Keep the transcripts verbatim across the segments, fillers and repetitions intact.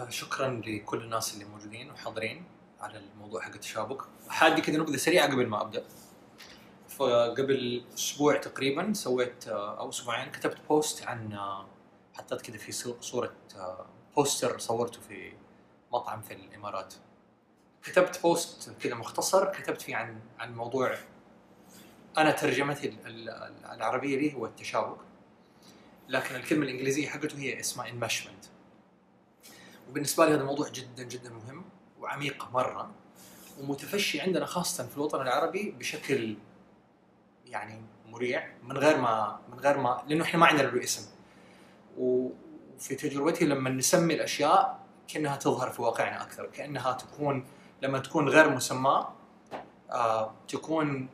آه، شكرا لكل الناس اللي موجودين وحاضرين على الموضوع حق التشابك. حادي كذا نبذة سريعة قبل ما أبدأ. فقبل أسبوع تقريبا سويت آه، أو أسبوعين كتبت بوست عن آه، حطيت كذا في صو- صورة آه، بوستر صورته في مطعم في الإمارات. كتبت بوست كذا مختصر كتبت فيه عن عن موضوع أنا ترجمتي ال- ال- العربية ليه هو التشابك، لكن الكلمة الإنجليزية حقته هي اسمها enmeshment. وبالنسبة لي هذا الموضوع جدا جدا مهم وعميق مرة، ومتفشي عندنا خاصة في الوطن العربي بشكل يعني مريع، من غير ما من غير ما لأنه إحنا ما عندنا له اسم. وفي تجربتي لما نسمي الأشياء كأنها تظهر في واقعنا أكثر، كأنها تكون لما تكون غير مسمى آه تكون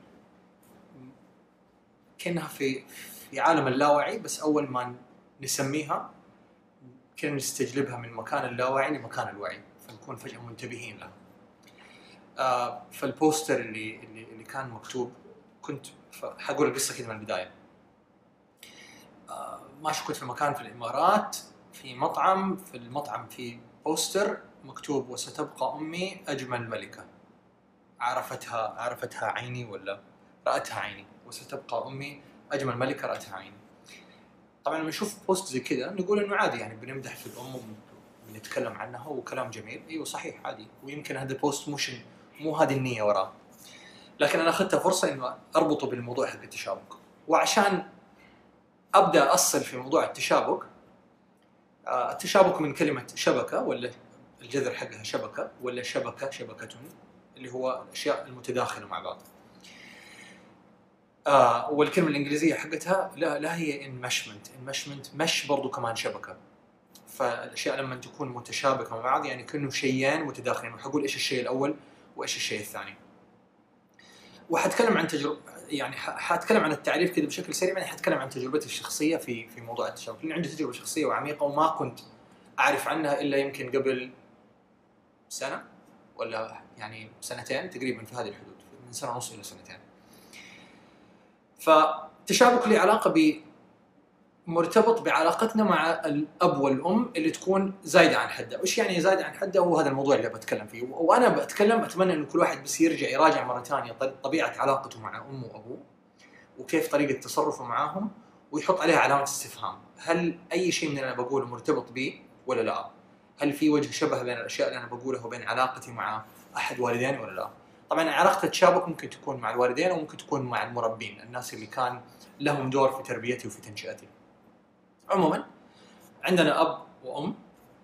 كأنها في في عالم اللاوعي، بس أول ما نسميها كنا نستجلبها من مكان اللاوعي لمكان الوعي، فنكون فجأة منتبهين لها. آه فالبوستر اللي اللي اللي كان مكتوب، كنت حقول القصة كذا من البداية. آه ماشي كنت في مكان في الإمارات في مطعم، في المطعم في بوستر مكتوب وستبقى أمي أجمل ملكة، عرفتها عرفتها عيني ولا رأتها عيني، وستبقى أمي أجمل ملكة رأتها عيني. طبعا لما نشوف بوست زي كذا نقول إنه عادي، يعني بنمدح في الأم وبنتكلم عنها وكلام جميل، أيوه صحيح عادي، ويمكن هذا البوست مش مو هذه النية وراه، لكن أنا أخذتها فرصة إنه أربطه بالموضوع حق التشابك. وعشان أبدأ أصل في موضوع التشابك، آه التشابك من كلمة شبكة، ولا الجذر حقها شبكة، ولا شبكة شبكة اللي هو الأشياء المتداخلة مع بعض. آه والكلمة الإنجليزية حقتها لا لا هي enmeshment. enmeshment مش برضو كمان شبكة. فالأشياء لما تكون متشابكة مع بعض يعني كأنه شيئين متداخلين، وحقول إيش الشيء الأول وإيش الشيء الثاني. وحتكلم عن تجربة، يعني حتكلم عن التعريف كذا بشكل سريع، يعني حتكلم عن تجربتي الشخصية في في موضوع التشابك، لأن عندي تجربة شخصية وعميقة وما كنت أعرف عنها إلا يمكن قبل سنة ولا يعني سنتين تقريبا، في هذه الحدود، من سنة ونص إلى سنتين. فالتشابك له علاقة ب مرتبط بعلاقتنا مع الأب والأم اللي تكون زايدة عن حدها. وإيش يعني زايدة عن حدها؟ هو هذا الموضوع اللي بتكلم فيه. وأنا بتكلم أتمنى إنه كل واحد بس يرجع يراجع مرة ثانية طبيعة علاقته مع أمه وأبوه وكيف طريقة تصرفه معاهم، ويحط عليها علامة استفهام. هل أي شيء من اللي أنا بقوله مرتبط بي ولا لا؟ هل في وجه شبه بين الأشياء اللي أنا بقولها وبين علاقتي مع أحد والديني ولا لا؟ طبعاً علاقة التشابك ممكن تكون مع الوالدين وممكن تكون مع المربين، الناس اللي كان لهم دور في تربيتي وفي تنشئتي. عموماً عندنا أب وأم.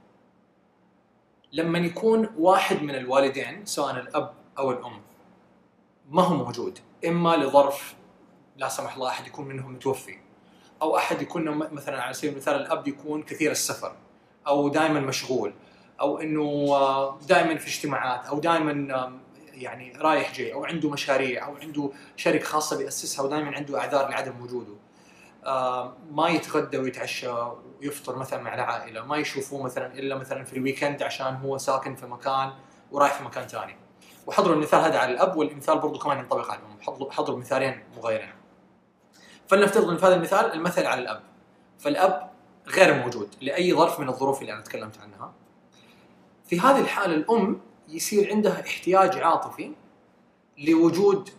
لما يكون واحد من الوالدين سواء الأب أو الأم ما هو موجود، إما لظرف لا سمح الله أحد يكون منهم متوفي، أو أحد يكون مثلا على سبيل المثال الأب يكون كثير السفر أو دائما مشغول، أو إنه دائما في اجتماعات، أو دائما يعني رايح جاي، أو عنده مشاريع، أو عنده شركة خاصة بيأسسها ودائما عنده أعذار لعدم وجوده، ما يتغدى ويتعشى ويفطر مثلا مع العائلة، ما يشوفوه مثلا إلا مثلا في الويكند عشان هو ساكن في مكان ورايح في مكان ثاني. وحضروا المثال هذا على الأب، والمثال برضو كمان ينطبق على الأم. حضروا حضروا مثالين مغايرين. فلنفترض إن في هذا المثال المثل على الأب، فالأب غير موجود لأي ظرف من الظروف اللي أنا تكلمت عنها. في هذه الحالة الأم يصير عندها احتياج عاطفي لوجود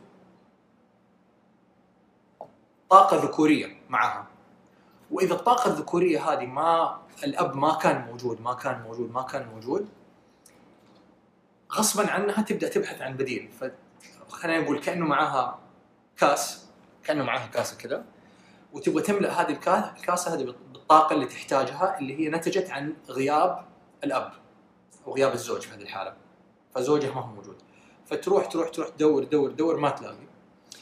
طاقة ذكورية معها. وإذا الطاقة الذكورية هذه ما الأب ما كان موجود ما كان موجود ما كان موجود غصباً عنها تبدأ تبحث عن بديل. فخلينا نقول كأنه معها كاس، كأنه معها كاسة كذا، وتبغى تملأ هذه الكاسة هذه بالطاقة اللي تحتاجها، اللي هي نتجت عن غياب الأب أو غياب الزوج في هذه الحالة. فزوجها ما هو موجود، فتروح تروح تروح تدور دور دور ما تلاقي.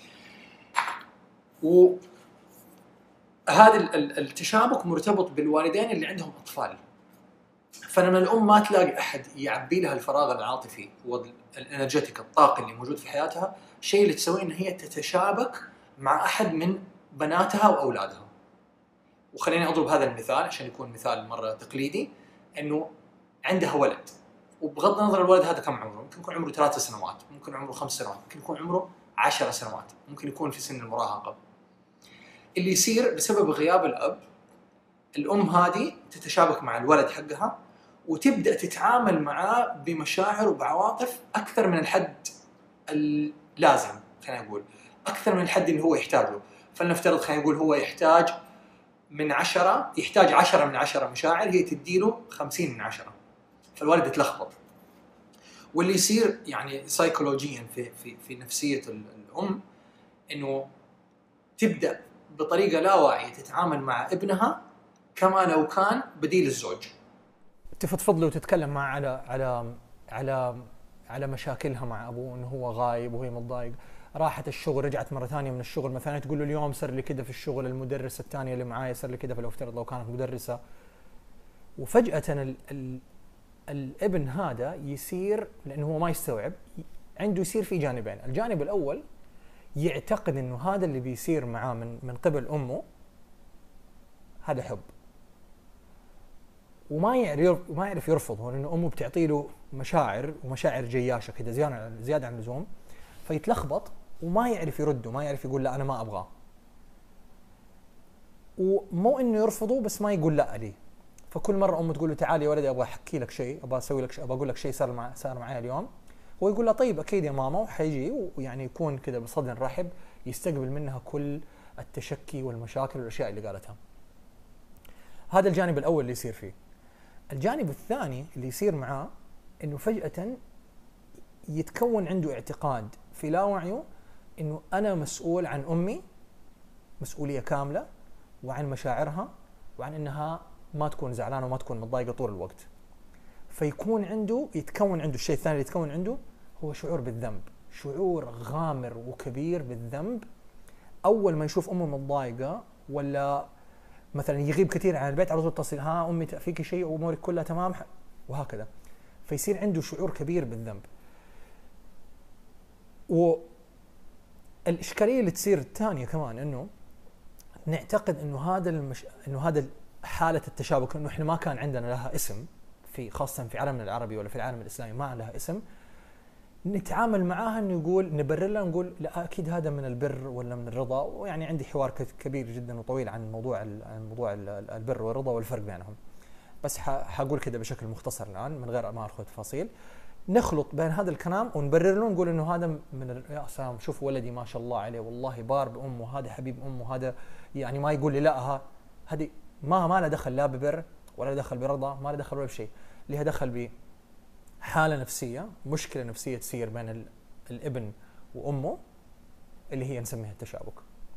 و هذا التشابك مرتبط بالوالدين اللي عندهم أطفال. فلما الأم ما تلاقي أحد يعبي لها الفراغ العاطفي والإنرجيتيك، الطاقة اللي موجود في حياتها، شيء اللي تسويه إن هي تتشابك مع أحد من بناتها وأولادها. وخليني أضرب هذا المثال عشان يكون مثال مرة تقليدي، إنه عندها ولد، وبغض النظر الولد هذا كم عمره، ممكن يكون عمره ثلاث سنوات، ممكن عمره خمس سنوات، ممكن يكون عمره عشر سنوات، ممكن يكون في سن المراهقة. اللي يصير بسبب غياب الأب، الأم هذه تتشابك مع الولد حقها وتبدا تتعامل معاه بمشاعر وبعواطف اكثر من الحد اللازم. خلينا نقول اكثر من الحد اللي هو يحتاجه. فلنفترض خلينا نقول هو يحتاج من عشرة، يحتاج عشرة من عشرة مشاعر، هي تديله خمسين من عشرة، فالولد يتلخبط. واللي يصير يعني سايكولوجيا في في في نفسيه الام انه تبدا بطريقه لا واعيه تتعامل مع ابنها كما لو كان بديل الزوج. تفضفض له وتتكلم معه على على على على مشاكلها مع ابوه، انه هو غايب وهي متضايق، راحت الشغل رجعت مره ثانيه من الشغل مثلا، تقول له اليوم صار لي كذا في الشغل، المدرسه الثانيه اللي معايا صار لي كذا، فلو افترض لو كانت مدرسه. وفجاه ال ال الابن هذا يصير، لانه هو ما يستوعب، عنده يصير في جانبين. الجانب الاول يعتقد انه هذا اللي بيصير معاه من من قبل امه هذا حب، وما يعرف وما يعرف يرفضه، لانه امه بتعطي له مشاعر ومشاعر جياشه كذا زياده زياده عن اللزوم، فيتلخبط وما يعرف يرد وما يعرف يقول لا انا ما ابغاه. ومو انه يرفضه بس ما يقول لا لي. فكل مره امه تقول له تعال يا ولدي ابغى احكي لك شيء، ابغى اسوي لك شيء، ابغى اقول لك شيء صار مع صار معي اليوم، هو يقول له طيب اكيد يا ماما، وحيجي ويعني يكون كذا بصدر رحب يستقبل منها كل التشكي والمشاكل والاشياء اللي قالتها. هذا الجانب الاول اللي يصير فيه. الجانب الثاني اللي يصير معاه انه فجأة يتكون عنده اعتقاد في لا وعيه انه انا مسؤول عن امي مسؤولية كاملة، وعن مشاعرها، وعن انها ما تكون زعلانة وما تكون متضايقة طول الوقت. فيكون عنده يتكون عنده الشيء الثاني اللي يتكون عنده هو شعور بالذنب، شعور غامر وكبير بالذنب. اول ما يشوف امه متضايقة ولا مثلا يغيب كثير عن البيت على طول تتصل، ها امي فيك شيء وامورك كلها تمام، وهكذا. فيصير عنده شعور كبير بالذنب. والاشكاليه اللي تصير الثانيه كمان انه نعتقد انه هذا المش... انه هذا حاله التشابك، انه احنا ما كان عندنا لها اسم في خاصه في عالمنا العربي ولا في العالم الاسلامي ما لها اسم، نتعامل معاها انه يقول نبرر لها، نقول لا اكيد هذا من البر ولا من الرضا. ويعني عندي حوار كبير جدا وطويل عن موضوع عن موضوع البر والرضا والفرق بينهم، بس حقول كده بشكل مختصر الان من غير ما ادخل تفاصيل. نخلط بين هذا الكلام ونبرر له، نقول انه هذا من يا سلام شوف ولدي ما شاء الله عليه والله بار بامه، هذا حبيب امه، هذا يعني ما يقول لي لا، هذه ما ما له دخل لا ببر ولا دخل برضا، ما له دخل ولا بشيء، لها دخل ب حالة نفسية، مشكلة نفسية تصير بين الابن وأمه اللي هي نسميها التشابك.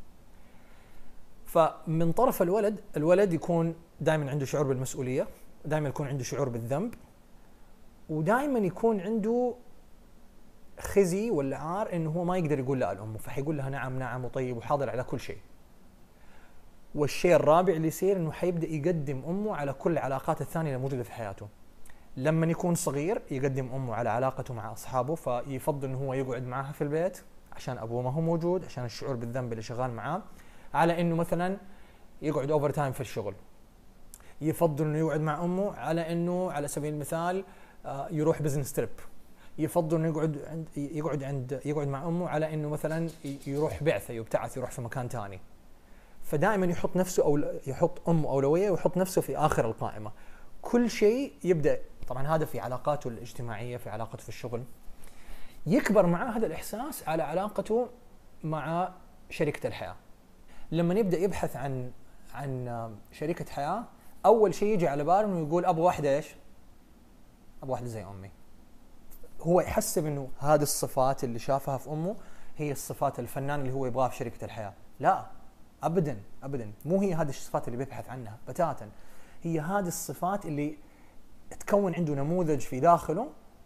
فمن طرف الولد، الولد يكون دائما عنده شعور بالمسؤولية، دائما يكون عنده شعور بالذنب، ودائما يكون عنده خزي ولا عار انه هو ما يقدر يقول لا لأمه، فحيقول لها نعم نعم وطيب وحاضر على كل شيء. والشيء الرابع اللي يصير انه حيبدأ يقدم أمه على كل العلاقات الثانية الموجودة في حياته. لما يكون صغير يقدم أمه على علاقته مع أصحابه، فيفضل أنه هو يقعد معها في البيت عشان أبوه ما هو موجود، عشان الشعور بالذنب اللي شغال معاه، على أنه مثلا يقعد أوفر تايم في الشغل. يفضل أنه يقعد مع أمه على أنه على سبيل المثال يروح بزنس تريب. يفضل أنه يقعد عند يقعد عند يقعد مع أمه على أنه مثلا يروح بعثة، يبتعث يروح في مكان ثاني. فدائما يحط نفسه أو يحط أمه أولوية ويحط نفسه في آخر القائمة. كل شيء يبدأ طبعا هذا في علاقاته الاجتماعية، في علاقته في الشغل. يكبر معه هذا الإحساس على علاقته مع شريكة الحياة. لما يبدأ يبحث عن عن شريكة حياة، أول شيء يجي على باله إنه يقول أبغى واحدة إيش؟ أبغى واحدة زي أمي. هو يحسب إنه هذه الصفات اللي شافها في أمه هي الصفات الفنان اللي هو يبغاها في شريكة الحياة. لا أبدا أبدا، مو هي هذه الصفات اللي بيبحث عنها بتاتا. هي هذه الصفات اللي تكون عنده نموذج في داخله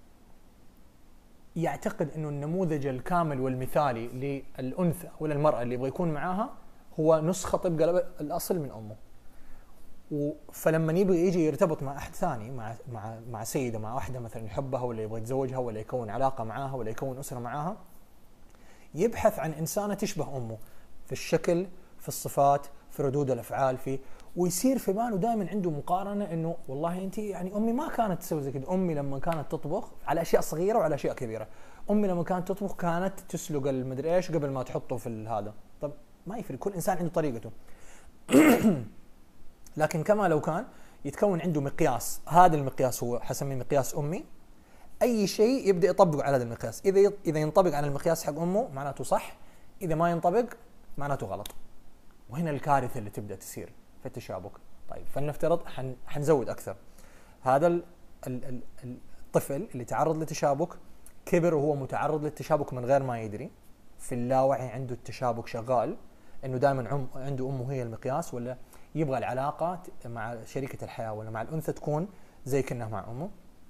يعتقد انه النموذج الكامل والمثالي للانثى ولا المراه اللي يبغى يكون معاها هو نسخه طبق الاصل من امه. فلما يبغى يجي يرتبط مع احد ثاني، مع مع مع سيده، مع واحده مثلا يحبها ولا يبغى يتزوجها ولا يكون علاقه معاها ولا يكون اسره معاها، يبحث عن انسانه تشبه امه في الشكل، في الصفات، في ردود الافعال، في ويصير في باله دائما عنده مقارنه انه والله انت يعني امي ما كانت تسوي زي كذا، امي لما كانت تطبخ على اشياء صغيره وعلى اشياء كبيره، امي لما كانت تطبخ كانت تسلق المدري ايش قبل ما تحطه في هذا. طب ما يفرق، كل انسان عنده طريقته. لكن كما لو كان يتكون عنده مقياس، هذا المقياس هو حسميه مقياس امي. اي شيء يبدا يطبقه على هذا المقياس، اذا اذا ينطبق على المقياس حق امه معناته صح، اذا ما ينطبق معناته غلط. وهنا الكارثه اللي تبدا تصير في التشابك. طيب فلنفترض حن حنزود اكثر، هذا ال ال ال الطفل اللي تعرض لتشابك كبر وهو متعرض للتشابك من غير ما يدري، في اللاوعي عنده التشابك شغال، انه دائما عم عنده امه هي المقياس، ولا يبغى العلاقه مع شريكه الحياه ولا مع الانثى تكون زي كانها مع امه.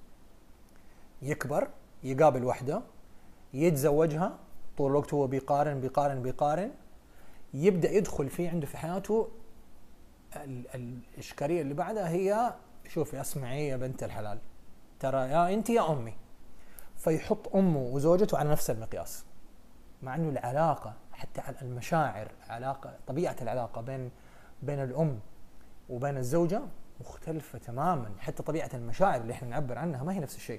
يكبر يقابل وحده يتزوجها، طول الوقت هو بيقارن بيقارن بيقارن، يبدا يدخل في عنده في حياته الاشكاليه اللي بعدها هي شوفي اسمعي يا بنت الحلال، ترى يا انت يا امي. فيحط امه وزوجته على نفس المقياس، مع انه العلاقه حتى على المشاعر، علاقه طبيعه العلاقه بين بين الام وبين الزوجه مختلفه تماما، حتى طبيعه المشاعر اللي احنا نعبر عنها ما هي نفس الشيء.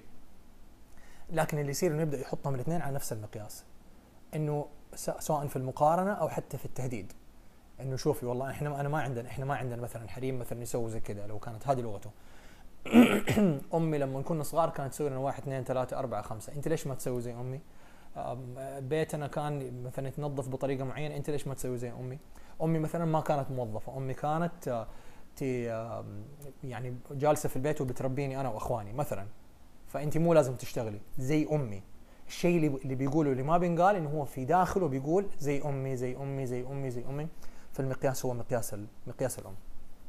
لكن اللي يصير انه يبدا يحطهم الاثنين على نفس المقياس، انه سواء في المقارنه او حتى في التهديد، انه شوفي والله احنا انا ما عندنا احنا ما عندنا مثلا حريم مثلا يسوي زي كذا لو كانت هذه لغته. امي لما كنا صغار كانت تسوي لنا واحد اثنين ثلاثه اربعه خمسه، انت ليش ما تسوي زي امي؟ بيتنا كان مثلا يتنظف بطريقه معينه، انت ليش ما تسوي زي امي؟ امي مثلا ما كانت موظفه، امي كانت تي يعني جالسه في البيت وبتربيني انا واخواني مثلا، فانت مو لازم تشتغلي زي امي. الشيء اللي اللي بيقوله اللي ما بينقال انه هو في داخله بيقول زي امي زي امي زي امي زي امي. فالمقياس هو مقياس مقياس الام.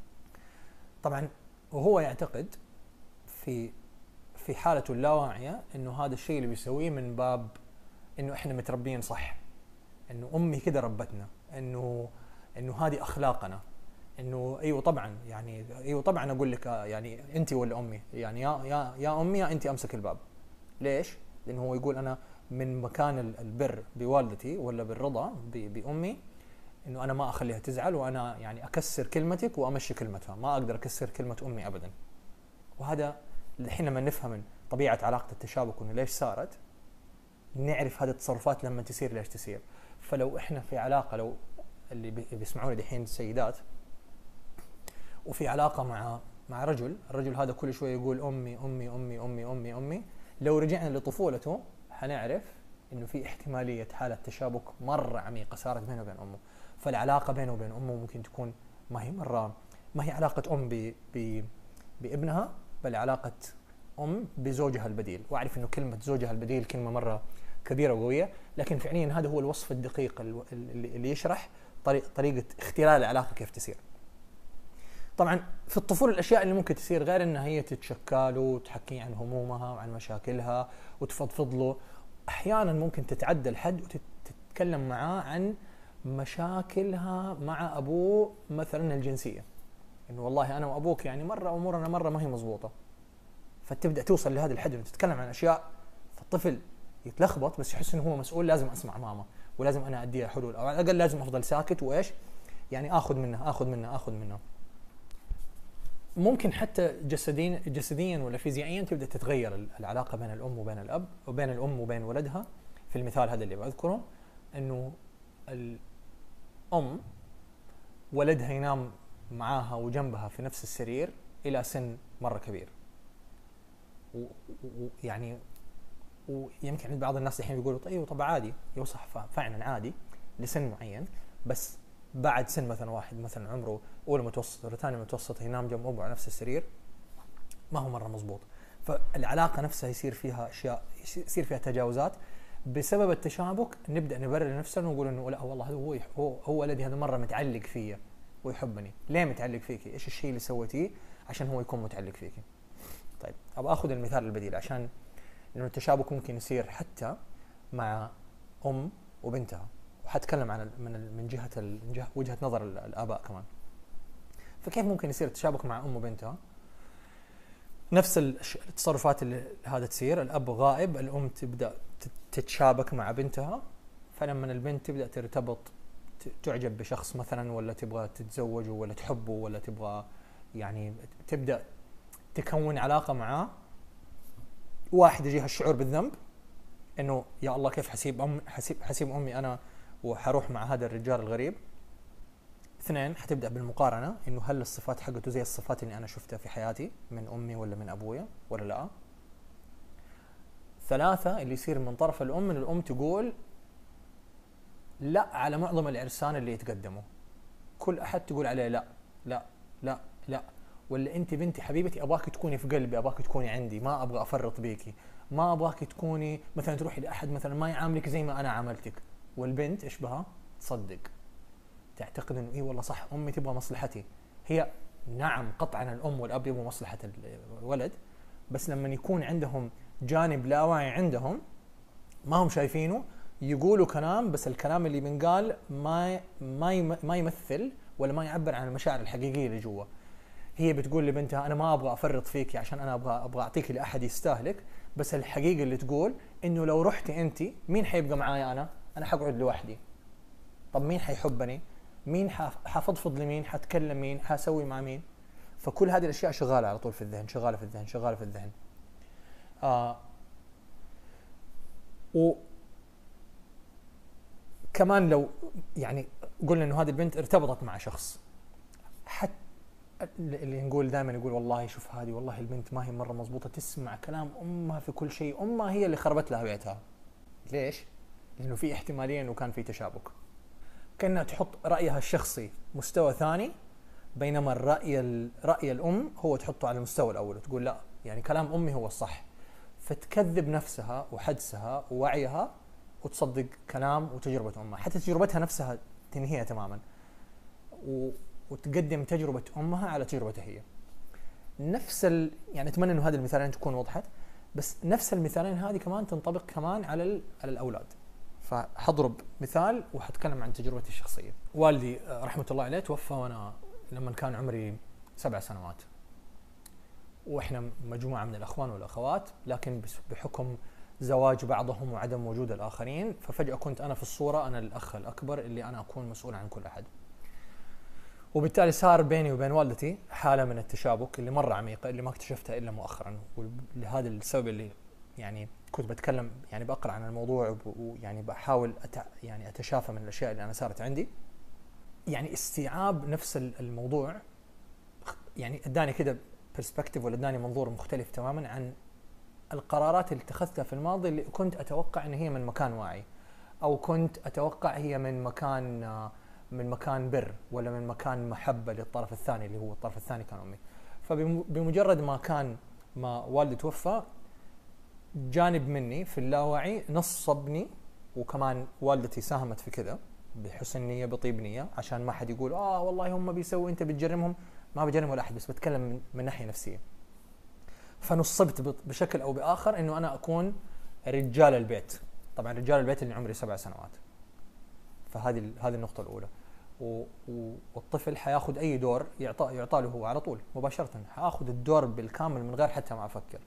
طبعا وهو يعتقد في في حالته اللاواعيه انه هذا الشيء اللي بيسويه من باب انه احنا متربيين صح، انه امي كذا ربتنا، انه انه هذه اخلاقنا، انه ايوه طبعا يعني ايوه طبعا اقول لك يعني انت ولا امي، يعني يا يا يا امي يا انت امسك الباب. ليش؟ لانه هو يقول انا من مكان البر بوالدتي ولا بالرضا بامي، انه انا ما اخليها تزعل، وانا يعني اكسر كلمتك وامشي كلمتها، ما اقدر اكسر كلمه امي ابدا. وهذا الحين لما نفهم من طبيعه علاقه التشابك وانه ليش صارت، نعرف هذه التصرفات لما تصير ليش تصير. فلو احنا في علاقه، لو اللي بيسمعوني دحين السيدات وفي علاقه مع مع رجل، الرجل هذا كل شويه يقول امي امي امي امي امي امي، لو رجعنا لطفولته حنعرف انه في احتماليه حاله تشابك مره عميقه صارت بينه وبين امه. فالعلاقه بينه وبين امه ممكن تكون ما هي مره ما هي علاقه ام ب ب بابنها، بل علاقه ام بزوجها البديل. واعرف انه كلمه زوجها البديل كلمه مره كبيره وقويه، لكن فعليا هذا هو الوصف الدقيق اللي يشرح طريق طريقه اختلال العلاقه كيف تصير. طبعا في الطفوله الاشياء اللي ممكن تصير غير انها هي تتشكى له وتحكي عن همومها وعن مشاكلها وتفضفض له، احيانا ممكن تتعدى الحد وتتكلم معاه عن مشاكلها مع ابوه مثلا الجنسيه، انه والله انا وابوك يعني مره امورنا مره ما هي مضبوطه. فتبدا توصل لهذا الحد انه تتكلم عن اشياء، فالطفل يتلخبط بس يحس انه هو مسؤول، لازم اسمع ماما ولازم انا اديها حلول، او على الاقل لازم افضل ساكت وايش يعني اخذ منها اخذ منها اخذ منها. ممكن حتى جسديا جسديا ولا فيزيائيا تبدا تتغير العلاقه بين الام وبين الاب، وبين الام وبين ولدها. في المثال هذا اللي بذكره، انه الام ولدها ينام معاها وجنبها في نفس السرير الى سن مره كبير، ويعني ويمكن عند بعض الناس الحين بيقولوا طيب طب عادي، يوصح فعلا عادي لسن معين، بس بعد سن مثلا واحد مثلا عمره اولى متوسط ولا ثاني متوسط ينام جنب ابوه على نفس السرير، ما هو مره مضبوط. فالعلاقه نفسها يصير فيها اشياء، يصير فيها تجاوزات بسبب التشابك. نبدا نبرر لنفسنا ونقول انه لا والله هذا هو هو هو ولدي هذا مره متعلق فيا ويحبني. ليه متعلق فيكي؟ ايش الشيء اللي سويتيه عشان هو يكون متعلق فيكي؟ طيب ابغى اخذ المثال البديل، عشان انه التشابك ممكن يصير حتى مع ام وبنتها، وحتكلم عن من من جهه وجهه نظر الاباء كمان. فكيف ممكن يصير التشابك مع ام وبنتها؟ نفس التصرفات اللي هذا تصير، الاب غائب، الام تبدا تتشابك مع بنتها، فلما البنت تبدا ترتبط تعجب بشخص مثلا، ولا تبغى تتزوجه ولا تحبه ولا تبغى يعني تبدا تكون علاقه معاه، واحد يجيها الشعور بالذنب انه يا الله كيف حسيب ام حسيب حسيب امي انا وحروح مع هذا الرجال الغريب. اثنين، حتبدا بالمقارنه انه هل الصفات حقته زي الصفات اللي انا شفتها في حياتي من امي ولا من ابويا ولا لا. ثلاثه، اللي يصير من طرف الام، ان الام تقول لا على معظم العرسان اللي يتقدموا، كل احد تقول عليه لا لا لا لا، ولا انت بنتي حبيبتي ابغاك تكوني في قلبي، ابغاك تكوني عندي، ما ابغى افرط بيكي، ما ابغاك تكوني مثلا تروحي لاحد مثلا ما يعاملك زي ما انا عاملتك. والبنت ايش بها؟ تصدق، تعتقد انه اي والله صح امي تبغى مصلحتي. هي نعم قطعا الام والاب يبغوا مصلحه الولد، بس لما يكون عندهم جانب لا واعي عندهم ما هم شايفينه، يقولوا كلام بس الكلام اللي بينقال ما ما ما يمثل ولا ما يعبر عن المشاعر الحقيقيه اللي جوا. هي بتقول لبنتها انا ما ابغى افرط فيكي عشان انا ابغى ابغى اعطيك لاحد يستاهلك، بس الحقيقه اللي تقول انه لو رحتي انت مين حيبقى معايا؟ انا انا حقعد لوحدي. طب مين حيحبني؟ مين حفضفض لمين؟ حتكلم مين؟ حاسوي مع مين؟ فكل هذه الاشياء شغاله على طول في الذهن، شغاله في الذهن، شغاله في الذهن. آه و كمان لو يعني قلنا انه هذه البنت ارتبطت مع شخص، حتى اللي نقول دائما يقول والله شوف هذه والله البنت ما هي مره مضبوطه، تسمع كلام امها في كل شيء، امها هي اللي خربت لها بيتها. ليش؟ لانه في احتماليه انه كان في تشابك، كانها تحط رايها الشخصي مستوى ثاني، بينما الراي راي الام هو تحطه على المستوى الاول وتقول لا يعني كلام امي هو الصح، فتكذب نفسها وحدسها ووعيها وتصدق كلام وتجربه امها، حتى تجربتها نفسها تنهيها تماما و... وتقدم تجربه امها على تجربتها هي. نفس ال... يعني اتمنى انه هذه المثالين تكون وضحت، بس نفس المثالين هذه كمان تنطبق كمان على ال... على الاولاد. فحضرب مثال وحتكلم عن تجربتي الشخصيه. والدي رحمه الله عليه توفى وانا لما كان عمري سبع سنوات، واحنا مجموعه من الاخوان والاخوات، لكن بحكم زواج بعضهم وعدم وجود الاخرين ففجاه كنت انا في الصوره، انا الاخ الاكبر اللي انا اكون مسؤول عن كل احد. وبالتالي صار بيني وبين والدتي حاله من التشابك اللي مره عميقه، اللي ما اكتشفتها الا مؤخرا، ولهذا السبب اللي يعني كنت بتكلم يعني بقرا عن الموضوع ويعني بحاول أت يعني اتشافى من الاشياء اللي انا صارت عندي. يعني استيعاب نفس الموضوع يعني اداني كده برسبكتيف ولا اداني منظور مختلف تماما عن القرارات اللي اتخذتها في الماضي، اللي كنت اتوقع ان هي من مكان واعي، او كنت اتوقع هي من مكان من مكان بر ولا من مكان محبه للطرف الثاني اللي هو الطرف الثاني كان امي. فبمجرد ما كان ما والدي توفى جانب مني في اللاوعي نصبني، وكمان والدتي ساهمت في كذا بحسن نيه بطيب نيه عشان ما حد يقول اه والله هم بيسووا انت بتجرمهم. ما بجرم ولا احد، بس بتكلم من, من ناحيه نفسيه. فنصبت بشكل او باخر انه انا اكون رجال البيت. طبعا رجال البيت اللي عمري سبع سنوات. فهذه هذه النقطه الاولى. والطفل حياخذ اي دور يعطى يعطى له هو على طول مباشره، حاخذ الدور بالكامل من غير حتى ما افكر.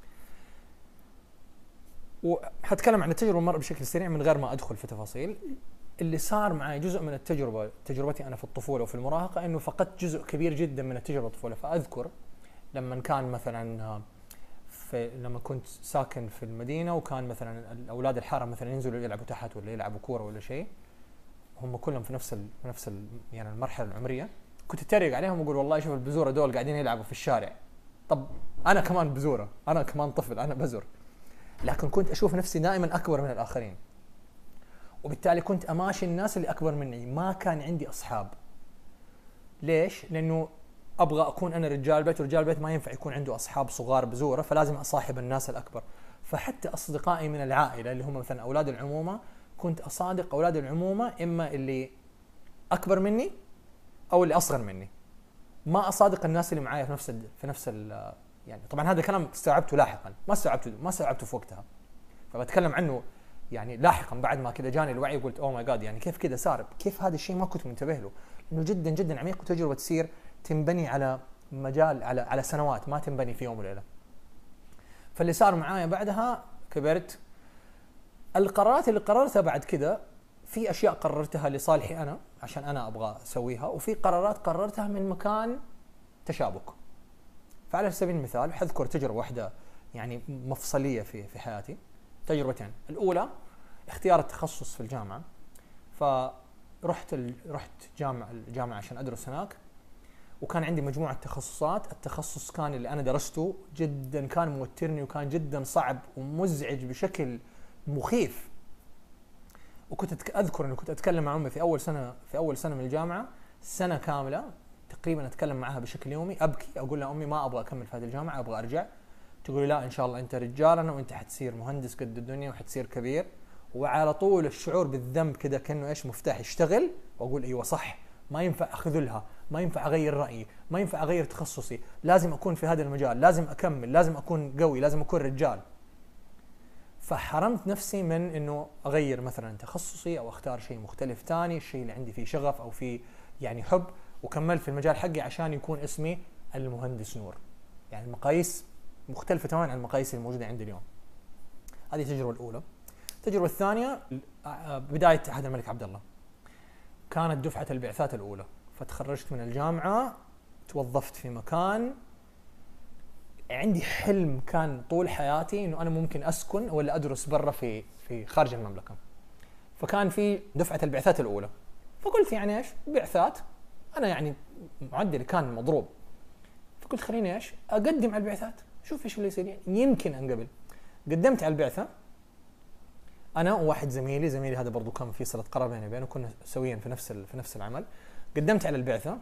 وحتكلم عن التجربه مره بشكل سريع من غير ما ادخل في تفاصيل. اللي صار معي جزء من التجربه تجربتي انا في الطفوله وفي المراهقه انه فقدت جزء كبير جدا من التجربه الطفوله. فاذكر لما كان مثلا في لما كنت ساكن في المدينه وكان مثلا الاولاد الحاره مثلا ينزلوا يلعبوا تحت ولا يلعبوا كوره ولا شيء، هم كلهم في نفس ال في نفس ال يعني المرحله العمريه، كنت اتريق عليهم واقول والله شوف البزوره دول قاعدين يلعبوا في الشارع. طب انا كمان بزوره، انا كمان طفل، انا بزر، لكن كنت اشوف نفسي دائما اكبر من الاخرين، وبالتالي كنت اماشي الناس اللي اكبر مني. ما كان عندي اصحاب. ليش؟ لانه ابغى اكون انا رجال بيت، ورجال بيت ما ينفع يكون عنده اصحاب صغار بزوره، فلازم اصاحب الناس الاكبر. فحتى اصدقائي من العائله اللي هم مثلا اولاد العمومه، كنت اصادق اولاد العمومه اما اللي اكبر مني او اللي اصغر مني. ما اصادق الناس اللي معايا في نفس ال في نفس ال يعني طبعا هذا كلام استوعبته لاحقا، ما استوعبته ما استوعبته في وقتها، فبتكلم عنه يعني لاحقا بعد ما كذا جاني الوعي وقلت اوه ماي جاد، يعني كيف كذا صار؟ كيف هذا الشيء ما كنت منتبه له؟ انه جدا جدا عميق، وتجربه تصير تنبني على مجال على على سنوات، ما تنبني في يوم وليله. فاللي صار معايا بعدها كبرت. القرارات اللي قررتها بعد كذا، في اشياء قررتها لصالحي انا عشان انا ابغى اسويها، وفي قرارات قررتها من مكان تشابك. فعلى سبيل المثال حذكر تجربه واحده يعني مفصليه في في حياتي. تجربتين، الاولى اختيار التخصص في الجامعه. ف رحت ال... رحت جامعه الجامعه عشان ادرس هناك، وكان عندي مجموعه تخصصات. التخصص كان اللي انا درسته جدا كان موترني وكان جدا صعب ومزعج بشكل مخيف. وكنت اذكر اني كنت اتكلم مع امي في اول سنه في اول سنه من الجامعه، سنه كامله تقريبا اتكلم معها بشكل يومي، ابكي اقول لها امي ما ابغى اكمل في هذه الجامعه، ابغى ارجع. تقول لي لا ان شاء الله انت رجالنا وانت حتصير مهندس قد الدنيا وحتصير كبير. وعلى طول الشعور بالذنب كذا كانه ايش مفتاح يشتغل، واقول ايوه صح، ما ينفع اخذلها، ما ينفع اغير رايي، ما ينفع اغير تخصصي، لازم اكون في هذا المجال، لازم اكمل، لازم اكون قوي، لازم اكون رجال. فحرمت نفسي من انه اغير مثلا تخصصي او اختار شيء مختلف ثاني، الشيء اللي عندي فيه شغف او فيه يعني حب، وكملت في المجال حقي عشان يكون اسمي المهندس نور. يعني المقاييس مختلفة تماما عن المقاييس الموجودة عندي اليوم. هذه التجربة الأولى. التجربة الثانية بداية عهد الملك عبد الله، كانت دفعة البعثات الأولى، فتخرجت من الجامعة، توظفت في مكان، عندي حلم كان طول حياتي إنه أنا ممكن أسكن ولا أدرس برا في في خارج المملكة. فكان في دفعة البعثات الأولى، فقلت يعني إيش بعثات، أنا يعني معدلي كان مضروب، فقلت خليني إيش أقدم على البعثات، شوف إيش اللي يصير، يعني يمكن أنقبل. قدمت على البعثة أنا وواحد زميلي، زميلي هذا برضو كان في صلة قرابة بيني وبينه، كنا سويا في نفس في نفس العمل. قدمت على البعثة،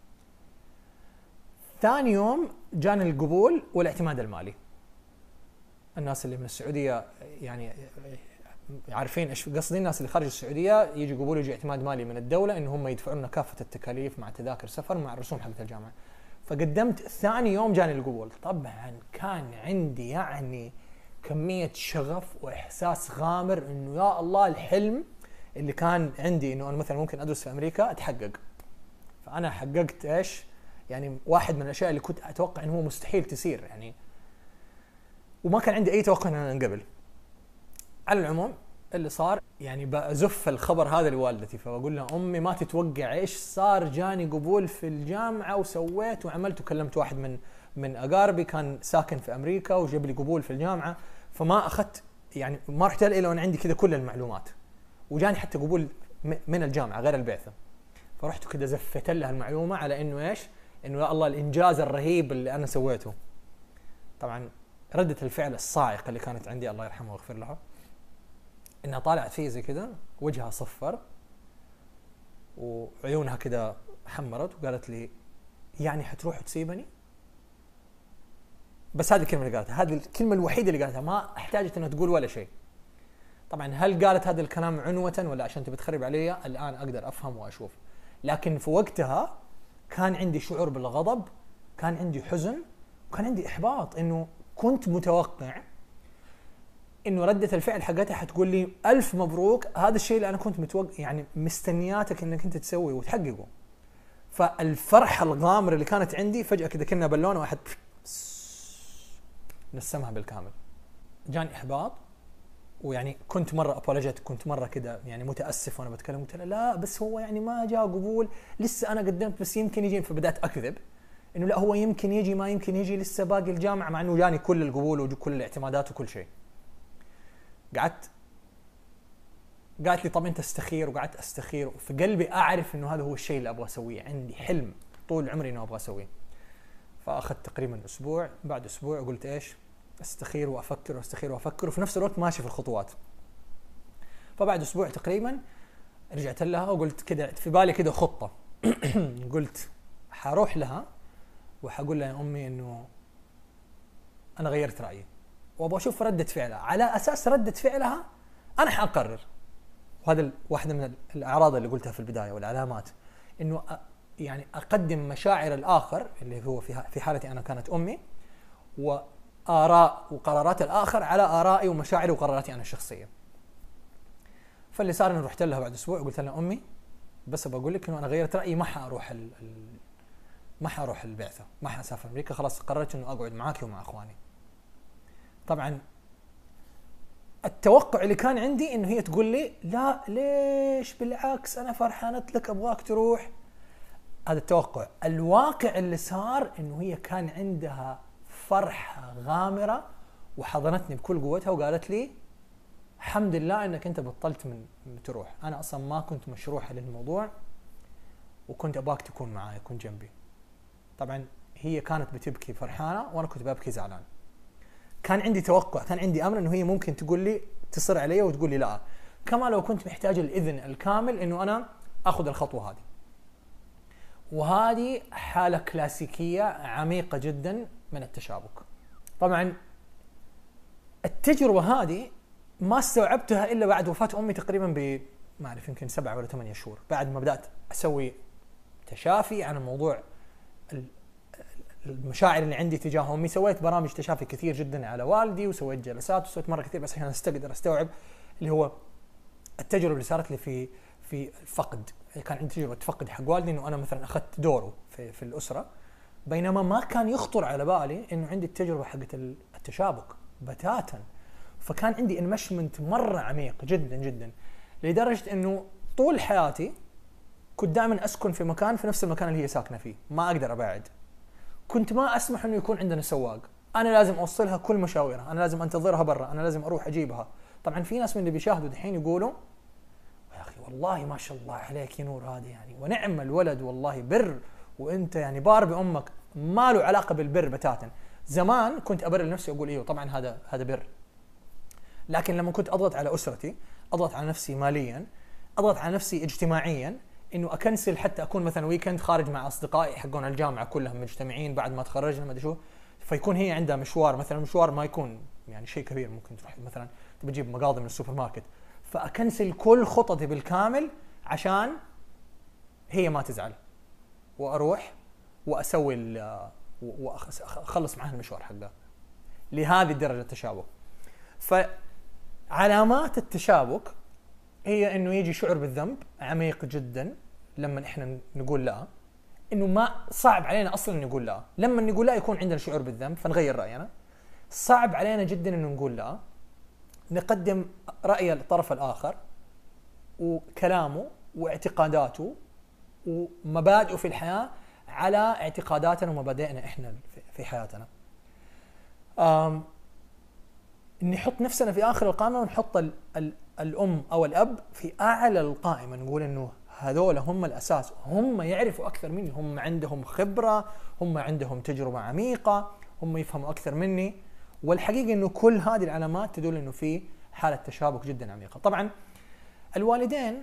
ثاني يوم جاني القبول والاعتماد المالي. الناس اللي من السعودية يعني عارفين ايش قصدي، الناس اللي خارج السعودية يجي قبول يجي اعتماد مالي من الدولة انه هم يدفعون لنا كافة التكاليف مع تذاكر سفر مع الرسوم حقت الجامعة. فقدمت ثاني يوم جاني القبول. طبعا كان عندي يعني كمية شغف واحساس غامر انه يا الله الحلم اللي كان عندي انه انا مثلا ممكن ادرس في امريكا اتحقق. فانا حققت ايش يعني واحد من الاشياء اللي كنت اتوقع انه هو مستحيل تصير يعني، وما كان عندي اي توقع ان انا انقبل. على العموم اللي صار يعني بزف الخبر هذا لوالدتي، فبقول لها امي ما تتوقع ايش صار، جاني قبول في الجامعه وسويت وعملت، وكلمت واحد من من اقاربي كان ساكن في امريكا وجاب لي قبول في الجامعه. فما اخذت يعني ما رحت الا وانا عندي كذا كل المعلومات، وجاني حتى قبول من الجامعه غير البعثه. فرحت كذا زفت لها المعلومه على انه ايش، انه يا الله الانجاز الرهيب اللي انا سويته. طبعا ردة الفعل الصاعقه اللي كانت عندي الله يرحمها ويغفر لها، انها طالعت فيه زي كذا وجهها صفر وعيونها كذا حمرت وقالت لي يعني حتروح وتسيبني؟ بس هذه الكلمه اللي قالتها، هذه الكلمه الوحيده اللي قالتها، ما احتاجت انها تقول ولا شيء. طبعا هل قالت هذا الكلام عنوه ولا عشان تبي تخرب علي؟ الان اقدر افهم واشوف، لكن في وقتها كان عندي شعور بالغضب، كان عندي حزن، وكان عندي احباط، انه كنت متوقع انه ردة الفعل حقتها حتقول لي الف مبروك، هذا الشيء اللي انا كنت متوقع يعني مستنياتك انك انت تسويه وتحققه. فالفرحه الغامره اللي كانت عندي فجاه كذا كنا بالونه واحد نسمها بالكامل. جاني احباط، ويعني كنت مره ابولوجيت، كنت مره كذا يعني متاسف وانا بتكلم، قلت لها لا بس هو يعني ما جاء قبول لسه، انا قدمت بس يمكن يجي. فبدات اكذب انه لا هو يمكن يجي ما يمكن يجي، لسه باقي الجامعه، مع انه جاني كل القبول وكل الاعتمادات وكل شيء. قعدت قالت لي طب انت استخير، وقعدت استخير، وفي قلبي اعرف انه هذا هو الشيء اللي ابغى اسويه، عندي حلم طول عمري انه ابغى اسويه. فاخذت تقريبا اسبوع، بعد اسبوع قلت ايش استخير وافكر واستخير وافكر، وفي نفس الوقت ماشي في الخطوات. فبعد اسبوع تقريبا رجعت لها وقلت كذا في بالي كذا خطه قلت حروح لها وحقول لها يا امي انه انا غيرت رايي وابغى اشوف رده فعلها، على اساس رده فعلها انا حاقرر. وهذا واحده من الاعراض اللي قلتها في البدايه والعلامات، انه يعني اقدم مشاعر الاخر اللي هو في في حالتي انا كانت امي، واراء وقرارات الاخر على ارائي ومشاعري وقراراتي انا الشخصيه. فاللي صار انه رحت لها بعد اسبوع وقلت لها امي بس بقول لك انه انا غيرت رايي، ما حاروح ال... ما حاروح البعثه، ما حاسافر امريكا، خلاص قررت انه اقعد معاك ومع اخواني. طبعا التوقع اللي كان عندي انه هي تقول لي لا ليش بالعكس انا فرحانه لك ابغاك تروح، هذا التوقع. الواقع اللي صار انه هي كان عندها فرحه غامره وحضنتني بكل قوتها وقالت لي الحمد لله انك انت بطلت من تروح. انا اصلا ما كنت مشروحه للموضوع وكنت اباك تكون معاي، كنت جنبي. طبعا هي كانت بتبكي فرحانه وانا كنت ببكي زعلان. كان عندي توقع، كان عندي امل انه هي ممكن تقول لي تصر علي وتقول لي لا، كما لو كنت محتاج الاذن الكامل انه انا اخذ الخطوه هذه. وهذه حاله كلاسيكيه عميقه جدا من التشابك. طبعا التجربه هذه ما استوعبتها الا بعد وفاه امي تقريبا ب ما اعرف يمكن سبعة ولا ثمانية شهور، بعد ما بدات اسوي تشافي عن الموضوع، المشاعر اللي عندي تجاه امي. سويت برامج تشافي كثير جدا على والدي، وسويت جلسات وسويت مره كثير بس عشان استقدر استوعب اللي هو التجربه اللي صارت لي في في الفقد. كان عندي تجربه فقد حق والدي، انه انا مثلا اخذت دوره في في الاسره، بينما ما كان يخطر على بالي انه عندي التجربه حقت التشابك بتاتا. فكان عندي انمشمنت مره عميق جدا جدا، لدرجه انه طول حياتي كنت دائما اسكن في مكان في نفس المكان اللي هي ساكنه فيه، ما اقدر ابعد. كنت ما اسمح انه يكون عندنا سواق، انا لازم اوصلها كل مشاويرها، انا لازم انتظرها برا، انا لازم اروح اجيبها. طبعا في ناس من اللي بيشاهدوا دحين يقولوا يا اخي والله ما شاء الله عليك يا نور، هذه يعني ونعم الولد والله بر، وانت يعني بار بامك. ما له علاقه بالبر بتاتا. زمان كنت ابرر لنفسي اقول ايوه طبعا هذا هذا بر، لكن لما كنت اضغط على اسرتي، اضغط على نفسي ماليا، اضغط على نفسي اجتماعيا، انه اكنسل حتى اكون مثلا ويكند خارج مع اصدقائي حقون الجامعه كلهم مجتمعين بعد ما تخرجنا ما ادري شو، فيكون هي عندها مشوار مثلا، مشوار ما يكون يعني شيء كبير، ممكن تروح مثلا تبي تجيب مقاضي من السوبر ماركت، فاكنسل كل خططي بالكامل عشان هي ما تزعل، واروح واسوي واخلص معها المشوار حقها. لهذه الدرجه التشابك. فعلامات التشابك هي انه يجي شعور بالذنب عميق جدا لما احنا نقول لا، انه ما صعب علينا اصلا نقول لا. لما نقول لا يكون عندنا شعور بالذنب فنغير راينا. صعب علينا جدا انه نقول لا، نقدم راي الطرف الاخر وكلامه واعتقاداته ومبادئه في الحياه على اعتقاداتنا ومبادئنا احنا في حياتنا. أم نحط نفسنا في اخر القائمه ونحط ال ال الام او الاب في اعلى القائمه، نقول انه هذول هم الاساس، هم يعرفوا اكثر مني، هم عندهم خبره، هم عندهم تجربه عميقه، هم يفهموا اكثر مني. والحقيقه انه كل هذه العلامات تدل انه في حاله تشابك جدا عميقه. طبعا الوالدين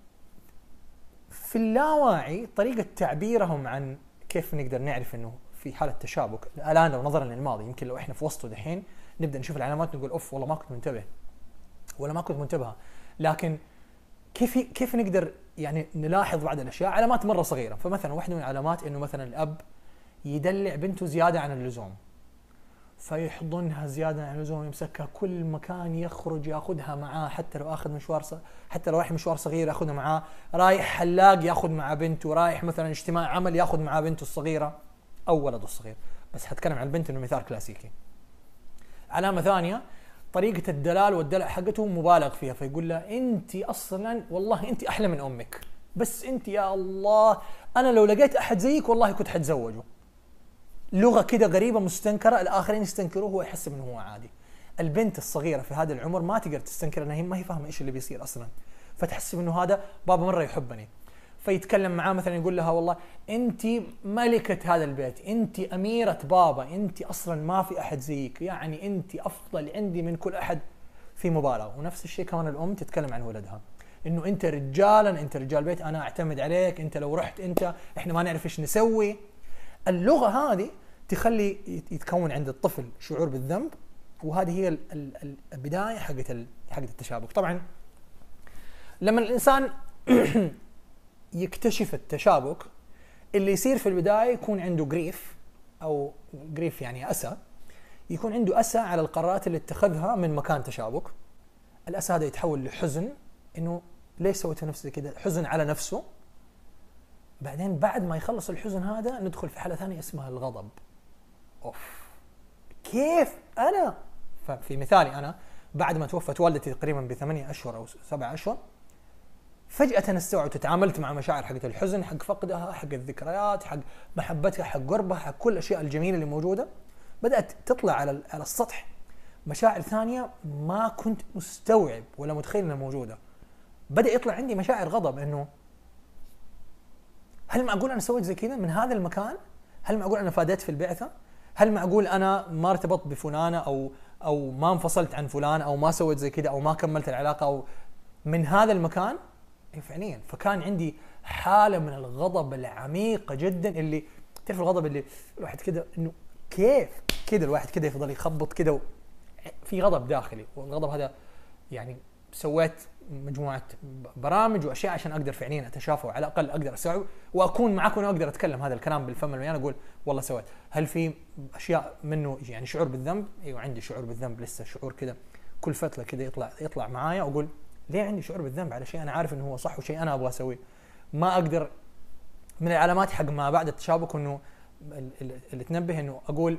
في اللاواعي طريقه تعبيرهم عن كيف نقدر نعرف انه في حاله تشابك الان، لو نظرا للماضي يمكن لو احنا في وسطه دحين نبدا نشوف العلامات نقول اوف والله ما كنت منتبه ولا ما كنت منتبهه. لكن كيف كيف نقدر يعني نلاحظ بعض الاشياء؟ علامات مره صغيره. فمثلا واحده من العلامات انه مثلا الاب يدلع بنته زياده عن اللزوم، فيحضنها زياده عن اللزوم، يمسكها كل مكان يخرج ياخذها معاه، حتى لو اخذ مشوار ص... حتى لو رايح مشوار صغير ياخذها معاه، رايح حلاق ياخذ مع بنته، رايح مثلا اجتماع عمل ياخذ مع بنته الصغيره او ولده الصغير، بس حتكلم عن البنت انه مثال كلاسيكي. علامه ثانيه طريقه الدلال والدلع حقته مبالغ فيها، فيقول لها انت اصلا والله انت احلى من امك، بس انت يا الله انا لو لقيت احد زيك والله كنت حتزوجه. لغه كده غريبه مستنكره، الاخرين يستنكروه هو يحس انه هو عادي. البنت الصغيره في هذا العمر ما تقدر تستنكر انها هي ما هي فاهمه ايش اللي بيصير اصلا، فتحسب انه هذا بابا مره يحبني، فيتكلم معاه مثلا يقول لها والله انت ملكه هذا البيت، انت اميره بابا، انت اصلا ما في احد زيك، يعني انت افضل عندي من كل احد، في مبالغه. ونفس الشيء كمان الام تتكلم عن ولدها انه انت رجالا، انت رجال بيت، انا اعتمد عليك، انت لو رحت انت احنا ما نعرف ايش نسوي. اللغه هذه تخلي يتكون عند الطفل شعور بالذنب، وهذه هي البدايه حقت حقت التشابك. طبعا لما الانسان يكتشف التشابك اللي يصير في البدايه يكون عنده جريف، او جريف يعني اسى، يكون عنده اسى على القرارات اللي اتخذها من مكان تشابك. الاسى هذا يتحول لحزن، انه ليش سويت نفسي كذا، حزن على نفسه. بعدين بعد ما يخلص الحزن هذا ندخل في حالة ثانية اسمها الغضب. اوف كيف انا، ففي مثالي انا بعد ما توفت والدتي تقريبا بثمانية اشهر او سبعة اشهر، فجأة استوعبت وتعاملت مع مشاعر حقت الحزن، حق فقدها، حق الذكريات، حق محبتها، حق قربها، حق كل الاشياء الجميلة اللي موجودة، بدأت تطلع على على السطح. مشاعر ثانيه ما كنت مستوعب ولا متخيل انها موجوده. بدا يطلع عندي مشاعر غضب، انه هل معقول انا سويت زي كذا من هذا المكان؟ هل معقول انا فاديت في البعثه؟ هل معقول انا ما ارتبطت بفلانه او او ما انفصلت عن فلان او ما سويت زي كذا او ما كملت العلاقه او من هذا المكان؟ إيه فعليا. فكان عندي حاله من الغضب العميقه جدا، اللي تعرف الغضب اللي الواحد كذا انه كيف كذا الواحد كذا يفضل يخبط كذا و... في غضب داخلي، والغضب هذا يعني سويت مجموعه برامج واشياء عشان اقدر فعليا اتشافى وعلى الاقل اقدر استوعب واكون معكم واقدر اتكلم هذا الكلام بالفم المليان، اقول والله سويت. هل في اشياء منه يعني شعور بالذنب؟ ايوه عندي شعور بالذنب، لسه شعور كذا كل فتره كذا يطلع يطلع معايا، واقول ليه عندي شعور بالذنب على شيء انا عارف انه هو صح وشيء انا ابغى اسويه. ما اقدر. من العلامات حق ما بعد التشابك انه اللي تنبه انه اقول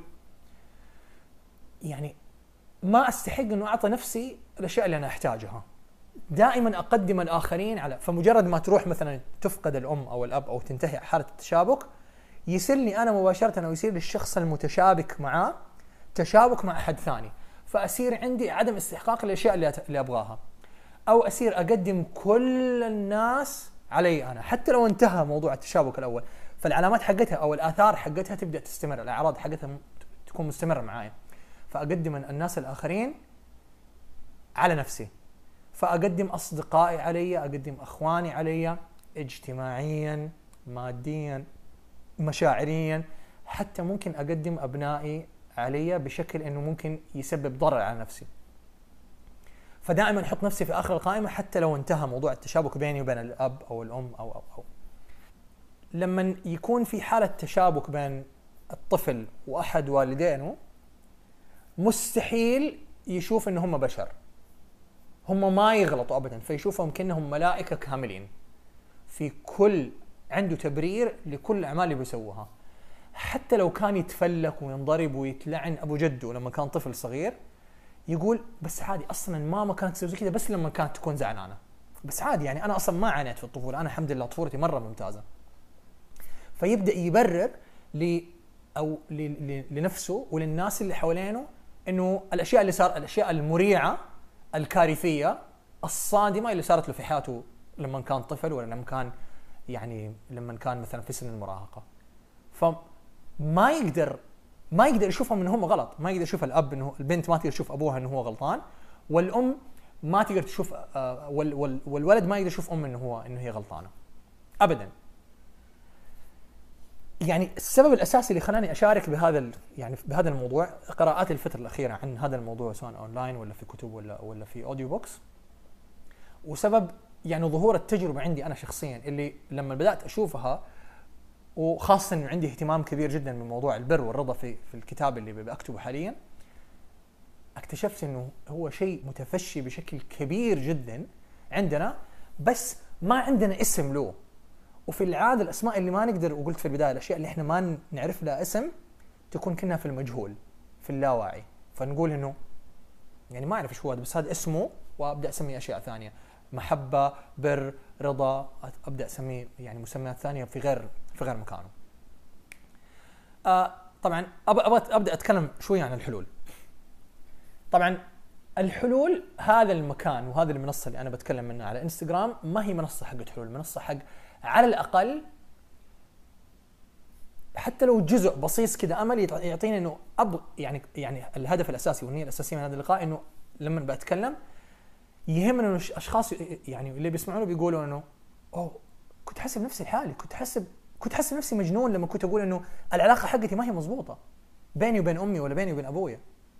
يعني ما استحق انه اعطي نفسي الاشياء اللي انا احتاجها. دائما اقدم الاخرين على، فمجرد ما تروح مثلا تفقد الام او الاب او تنتهي حاله التشابك، يصير انا مباشره او يصير للشخص المتشابك معاه تشابك مع احد ثاني، فاصير عندي عدم استحقاق للاشياء اللي اللي ابغاها، او اصير اقدم كل الناس علي انا حتى لو انتهى موضوع التشابك الاول. فالعلامات حقتها او الاثار حقتها تبدا تستمر، الاعراض حقتها تكون مستمره معايا، فاقدم الناس الاخرين على نفسي، فاقدم اصدقائي علي، اقدم اخواني علي اجتماعيا ماديا مشاعريا، حتى ممكن اقدم ابنائي علي بشكل انه ممكن يسبب ضرر على نفسي. فدائما احط نفسي في اخر القائمه حتى لو انتهى موضوع التشابك بيني وبين الاب او الام او او او لما يكون في حاله تشابك بين الطفل واحد والدينه، مستحيل يشوف ان هم بشر، هم ما يغلطوا ابدا، فيشوفهم كأنهم ملائكه كاملين، في كل عنده تبرير لكل الاعمال اللي بيسووها. حتى لو كان يتفلك وينضرب ويتلعن ابو جده لما كان طفل صغير، يقول بس عادي، اصلا ماما كانت تسوي كذا بس لما كانت تكون زعلانه، بس عادي يعني انا اصلا ما عانيت في الطفوله، انا الحمد لله طفولتي مره ممتازه. فيبدا يبرر ل او ل... ل... لنفسه وللناس اللي حوالينه انه الاشياء اللي صار، الاشياء المريعه الكارثيه الصادمه اللي صارت له في حياته لما كان طفل، ولا لما كان يعني لما كان مثلا في سن المراهقه. فما يقدر ما يقدر يشوفهم ان هم غلط، ما يقدر يشوف الاب انه، البنت ما تقدر تشوف ابوها انه هو غلطان، والام ما تقدر تشوف آه وال وال والولد ما يقدر يشوف ام انه هو انه هي غلطانه ابدا. يعني السبب الاساسي اللي خلاني اشارك بهذا يعني بهذا الموضوع قراءات الفتره الاخيره عن هذا الموضوع، سواء اونلاين ولا في كتب ولا ولا في اوديو بوكس، وسبب يعني ظهور التجربه عندي انا شخصيا اللي لما بدات اشوفها، وخاصه انه عندي اهتمام كبير جدا بموضوع البر والرضا في في الكتاب اللي بكتبه حاليا، اكتشفت انه هو شيء متفشي بشكل كبير جدا عندنا، بس ما عندنا اسم له. وفي العاده الاسماء اللي ما نقدر، وقلت في البدايه الاشياء اللي احنا ما نعرف لها اسم تكون كنا في المجهول في اللاواعي، فنقول انه يعني ما اعرف ايش هو هذا، بس هذا اسمه، وابدا اسمي اشياء ثانيه، محبه، بر، رضا، ابدا اسمي يعني مسميات ثانيه في غير في غير مكانه. آه طبعا ابغى ابدا اتكلم شوي عن الحلول. طبعا الحلول، هذا المكان وهذه المنصه اللي انا بتكلم منها على انستغرام ما هي منصه حقت حلول، منصه حق على الاقل حتى لو جزء بسيط كذا امل يعطيني انه اب يعني يعني الهدف الاساسي والنيه الاساسيه من هذا اللقاء انه لما بتكلم يهمنا انه الاشخاص يعني اللي بيسمعونه بيقولوا انه اوه كنت حاسب نفسي لحالي، كنت حاسب كنت حاسب نفسي مجنون لما كنت اقول انه العلاقه حقتي ما هي مضبوطه بيني وبين امي ولا بيني وبين ابويا.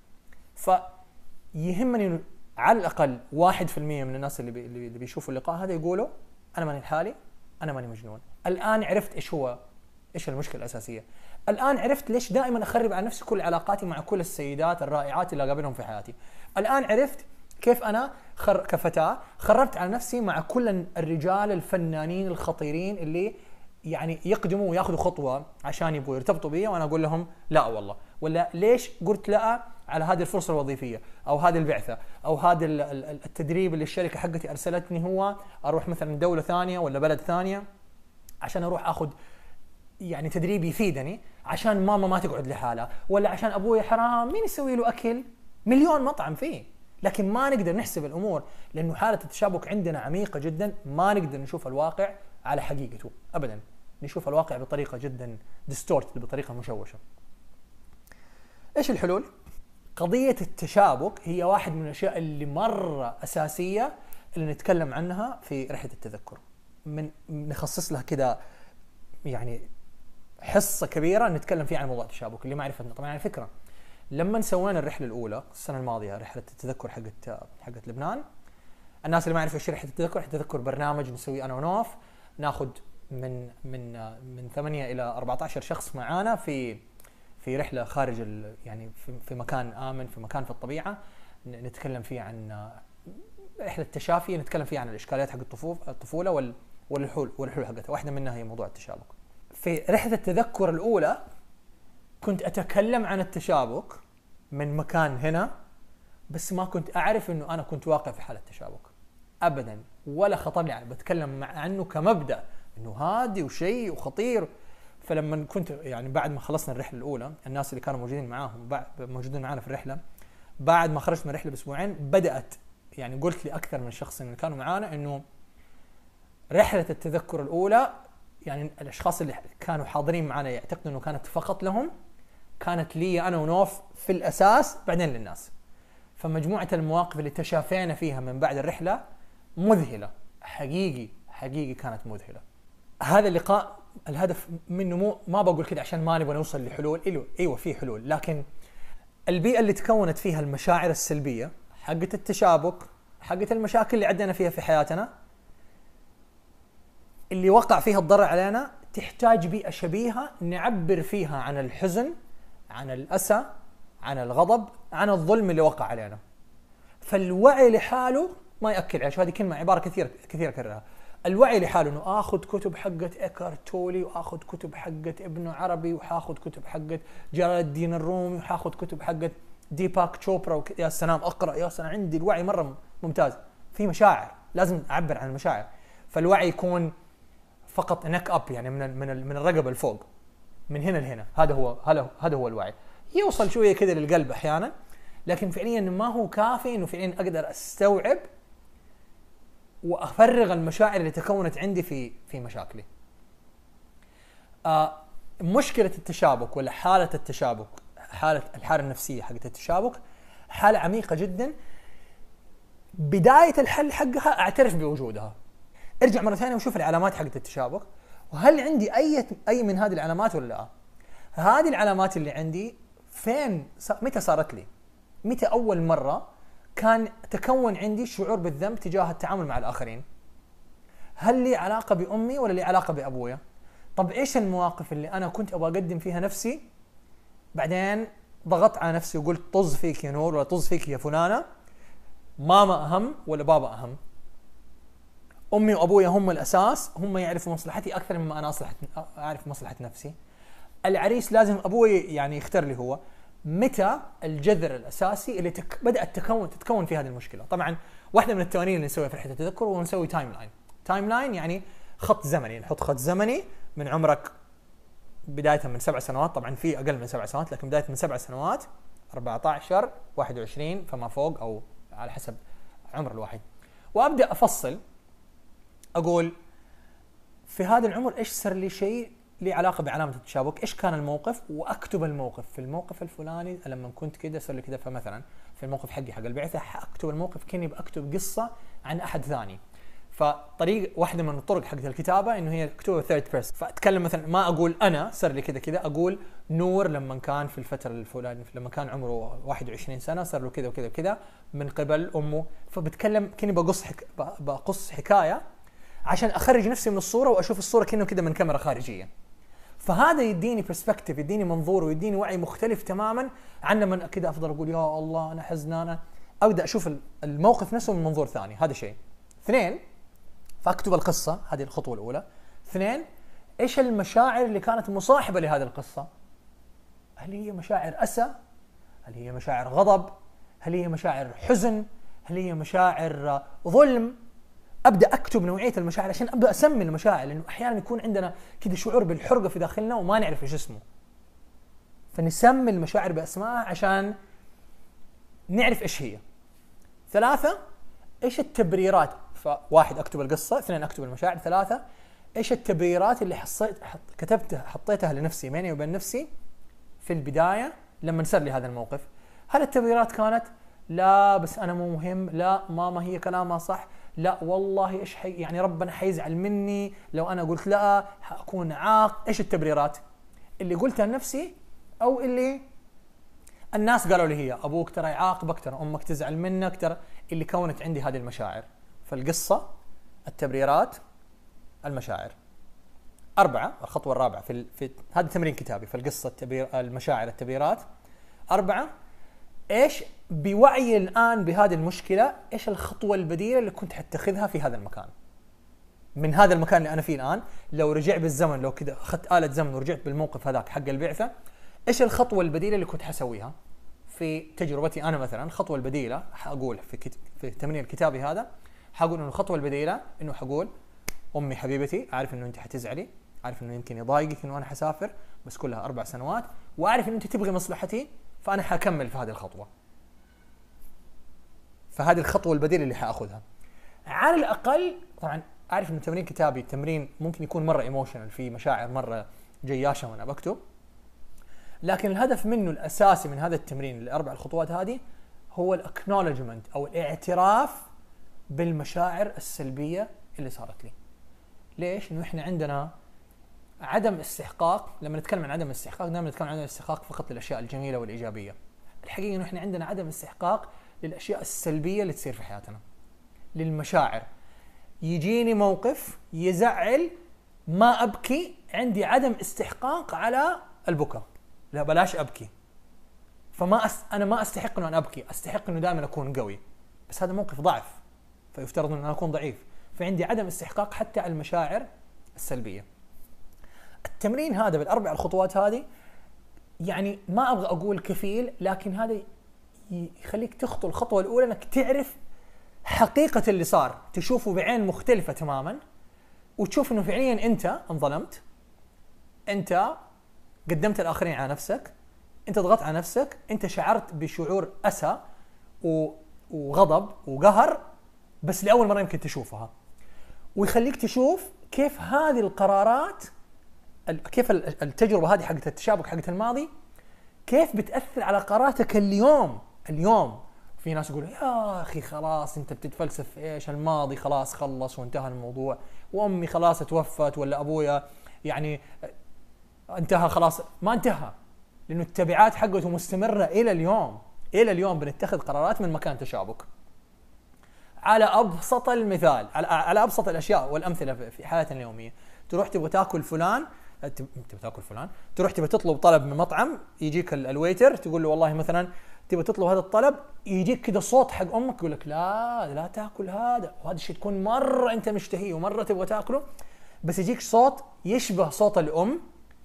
فيهمني انه على الاقل واحد في المية من الناس اللي بي اللي بيشوفوا اللقاء هذا يقولوا انا ماني لحالي، انا ماني مجنون. الان عرفت ايش هو ايش المشكله الاساسيه. الان عرفت ليش دائما اخرب على نفسي كل علاقاتي مع كل السيدات الرائعات اللي اقابلهم في حياتي. الان عرفت كيف انا خر... كفتاه خربت على نفسي مع كل الرجال الفنانين الخطيرين اللي يعني يقدموا وياخذوا خطوه عشان يبغوا يرتبطوا بي، وانا اقول لهم لا والله، ولا ليش قلت لا على هذه الفرصه الوظيفيه او هذه البعثه او هذا التدريب اللي الشركه حقتي ارسلتني، هو اروح مثلا دوله ثانيه ولا بلد ثانيه عشان اروح اخذ يعني تدريب يفيدني، عشان ماما ما تقعد لحالها، ولا عشان ابوي حرام مين يسوي له اكل، مليون مطعم فيه، لكن ما نقدر نحسب الامور لانه حاله التشابك عندنا عميقه جدا، ما نقدر نشوف الواقع على حقيقته ابدا، نشوف الواقع بطريقه جدا ديستورت، بطريقه مشوشه. ايش الحلول؟ قضيه التشابك هي واحد من الاشياء اللي مره اساسيه اللي نتكلم عنها في رحله التذكر، من نخصص لها كده يعني حصه كبيره نتكلم فيها عن موضوع التشابك اللي ما عرفتنا. طبعا على فكره لما سوينا الرحله الاولى السنه الماضيه، رحله التذكر حقت حقت لبنان، الناس اللي ما يعرفوا ايش رحله التذكر، رحله التذكر برنامج نسويه انا ونوف، ناخذ من من من ثمانية الى أربعة عشر شخص معانا في في رحله خارج يعني في, في مكان امن، في مكان في الطبيعه، نتكلم فيه عن رحله تشافي، نتكلم فيها عن الاشكاليات حق الطفوله وال والحلول والحلول حقتها، واحده منها هي موضوع التشابك. في رحله التذكر الاولى كنت اتكلم عن التشابك من مكان هنا، بس ما كنت اعرف انه انا كنت واقع في حاله تشابك ابدا، ولا خطر لي يعني، بتكلم مع عنه كمبدا انه هادي وشيء وخطير. فلما كنت يعني بعد ما خلصنا الرحله الاولى، الناس اللي كانوا موجودين معاهم موجودين معنا في الرحله، بعد ما خرجت من الرحله باسبوعين بدات يعني قلت لي اكثر من شخص اللي كانوا معانا انه رحله التذكر الاولى يعني الاشخاص اللي كانوا حاضرين معنا يعتقدوا انه كانت فقط لهم، كانت لي انا ونوف في الاساس، بعدين للناس. فمجموعه المواقف اللي تشافينا فيها من بعد الرحله مذهله، حقيقي حقيقي كانت مذهله. هذا اللقاء الهدف منه مو ما بقول كده عشان ما نبغى نوصل لحلول، ايوه ايوه في حلول، لكن البيئه اللي تكونت فيها المشاعر السلبيه حقت التشابك، حقت المشاكل اللي عندنا فيها في حياتنا، اللي وقع فيها الضرر علينا، تحتاج بيئة شبيهة نعبر فيها عن الحزن، عن الأسى، عن الغضب، عن الظلم اللي وقع علينا. فالوعي لحاله ما يأكل عيش، هذه كلمة عبارة كثير كثير أكررها. الوعي لحاله إنه آخذ كتب حقت إيكارت تولي، وآخذ كتب حقت ابن عربي، وحاخذ كتب حقت جلال الدين الرومي، وحاخذ كتب حقت ديباك تشوبرا، وك... يا سلام أقرأ، يا سلام عندي الوعي مرة ممتاز. في مشاعر لازم أعبر عن المشاعر، فالوعي يكون فقط نك اب يعني من من من الرقبه لفوق، من هنا لهنا، هذا هو هذا هذا هو الوعي. يوصل شويه كذا للقلب احيانا، لكن فعليا ما هو كافي انه فعليا اقدر استوعب وافرغ المشاعر اللي تكونت عندي في في مشاكلي. آه مشكله التشابك ولا حاله التشابك، حاله الحاله النفسيه حقت التشابك حاله عميقه جدا. بدايه الحل حقها اعترف بوجودها، ارجع مرة ثانية وشوف العلامات حقت التشابك، وهل عندي أي أي من هذه العلامات ولا لا؟ هذه العلامات اللي عندي فين؟ متى صارت لي؟ متى أول مرة كان تكون عندي شعور بالذنب تجاه التعامل مع الآخرين؟ هل لي علاقة بأمي ولا لي علاقة بأبويا؟ طب إيش المواقف اللي أنا كنت أبغى أقدم فيها نفسي، بعدين ضغطت على نفسي وقلت طز فيك يا نور، ولا طز فيك يا فلانة، ماما أهم ولا بابا أهم؟ أمي وأبويا هم الأساس، هم يعرفوا مصلحتي أكثر مما أنا أصلحت أعرف مصلحة نفسي. العريس لازم أبوي يعني يختار لي هو. متى الجذر الأساسي اللي تك... بدأت تكون تتكون في هذه المشكلة؟ طبعا واحدة من التوانين اللي نسويها في رحلة التذكر هو نسوي تايم لاين. تايم لاين يعني خط زمني، نحط خط زمني من عمرك بداية من سبع سنوات، طبعا في أقل من سبع سنوات، لكن بداية من سبع سنوات، أربعة عشر، واحد وعشرين فما فوق، أو على حسب عمر الواحد، وأبدأ أفصل أقول في هذا العمر إيش صار لي شيء لي علاقة بعلامة التشابك، إيش كان الموقف، وأكتب الموقف. في الموقف الفلاني لما كنت كده صار لي كده، فمثلا في الموقف حقي حق البعثة أكتب الموقف كأني بأكتب قصة عن أحد ثاني. فطريق واحدة من الطرق حقت الكتابة إنه هي أكتبها ثيرد بيرسون، فأتكلم مثلا ما أقول أنا صار لي كده كده، أقول نور لما كان في الفترة الفلانية لما كان عمره واحد وعشرين سنة صار له كده وكده وكده من قبل أمه. فبتكلم كأني بقص حك... بقص حكاية عشان أخرج نفسي من الصورة وأشوف الصورة كأنه كده من كاميرا خارجية. فهذا يديني برسبكتيف، يديني منظور، ويديني وعي مختلف تماما عن لما كده أفضل أقول يا الله أنا حزنانة. أبدأ أشوف الموقف نفسه من منظور ثاني. هذا شيء. اثنين، فأكتب القصة، هذه الخطوة الأولى. اثنين، إيش المشاعر اللي كانت مصاحبة لهذه القصة؟ هل هي مشاعر أسى؟ هل هي مشاعر غضب؟ هل هي مشاعر حزن؟ هل هي مشاعر ظلم؟ أبدأ أكتب نوعية المشاعر عشان أبدأ أسمي المشاعر، لأنه أحيانا يكون عندنا كده شعور بالحرقة في داخلنا وما نعرف إيش اسمه، فنسمي المشاعر بأسمائها عشان نعرف ايش هي. ثلاثة، ايش التبريرات؟ فواحد اكتب القصة، اثنين اكتب المشاعر، ثلاثة ايش التبريرات اللي حصيت حط كتبتها حطيتها لنفسي بيني وبين نفسي في البداية لما صار لي هذا الموقف. هل التبريرات كانت لا بس انا مو مهم، لا ماما هي كلامها صح، لا والله ايش حي يعني ربنا حيزعل مني لو انا قلت لا، حاكون عاق؟ ايش التبريرات اللي قلتها لنفسي او اللي الناس قالوا لي هي ابوك ترى يعاقبك، ترى امك تزعل منك، ترى اللي كونت عندي هذه المشاعر؟ فالقصة، التبريرات، المشاعر. أربعة، الخطوة الرابعة في ال... في هذا تمرين كتابي. في القصة التبرير، المشاعر، التبريرات. أربعة، إيش بوعي الآن بهذه المشكلة، إيش الخطوة البديلة اللي كنت حتخذها في هذا المكان، من هذا المكان اللي أنا فيه الآن؟ لو رجع بالزمن، لو كده أخذت آلة زمن ورجعت بالموقف هذاك حق البعثة، إيش الخطوة البديلة اللي كنت حسويها؟ في تجربتي أنا مثلا الخطوة البديلة حأقول في كت... في التمرين الكتابي هذا حقول إنه الخطوة البديلة إنه حقول أمي حبيبتي، أعرف إنه أنت حتزعلي، أعرف إنه يمكن يضايقك إنه أنا حسافر بس كلها أربع سنوات، وأعرف إنه أنت تبغي مصلحتي، فأنا حكمل في هذه الخطوة. فهذه الخطوة البديلة اللي حأخذها. على الأقل طبعا أعرف إنه تمرين كتابي تمرين ممكن يكون مرة إيموشنال، في مشاعر مرة جياشة وأنا بكتب، لكن الهدف منه الأساسي من هذا التمرين الأربع الخطوات هذه هو الأكنولجمنت أو الاعتراف بالمشاعر السلبية اللي صارت لي. ليش؟ إنه إحنا عندنا عدم استحقاق. لما نتكلم عن عدم الاستحقاق دائما نتكلم عن عدم الاستحقاق فقط للأشياء الجميلة والإيجابية. الحقيقة إنه إحنا عندنا عدم استحقاق للأشياء السلبية اللي تصير في حياتنا، للمشاعر. يجيني موقف يزعل ما أبكي، عندي عدم استحقاق على البكاء، لا بلاش أبكي. فما أس... أنا ما أستحق إنه أنا أبكي، أستحق إنه دائما أكون قوي، بس هذا موقف ضعف، فيفترض إنه أنا أكون ضعيف، فعندي عدم استحقاق حتى على المشاعر السلبية. التمرين هذا بالأربع الخطوات هذه يعني ما أبغى أقول كفيل، لكن هذا يخليك تخطو الخطوة الأولى إنك تعرف حقيقة اللي صار، تشوفه بعين مختلفة تماما، وتشوف إنه فعليا أنت انظلمت، أنت قدمت الآخرين على نفسك، أنت ضغطت على نفسك، أنت شعرت بشعور أسى وغضب وقهر بس لأول مرة يمكن تشوفها. ويخليك تشوف كيف هذه القرارات، كيف التجربة هذه حقت التشابك حقت الماضي كيف بتأثر على قراراتك اليوم. اليوم في ناس يقولوا يا أخي خلاص أنت بتتفلسف إيش، الماضي خلاص خلص وانتهى الموضوع، وأمي خلاص توفت، ولا أبويا يعني انتهى خلاص. ما انتهى، لأنه التبعات حقته مستمرة إلى اليوم. إلى اليوم بنتخذ قرارات من مكان تشابك. على أبسط المثال، على أبسط الأشياء والأمثلة في حياتنا اليومية، تروح تبغى تاكل فلان، تبغى تاكل فلان تروح تبغى تطلب طلب من مطعم، يجيك الويتر تقول له والله مثلا تبغى تطلب هذا الطلب، يجيك كده صوت حق أمك يقول لك لا لا تاكل هذا، وهذا الشيء تكون مرة أنت مشتهيه ومرة تبغى تاكله، بس يجيك صوت يشبه صوت الأم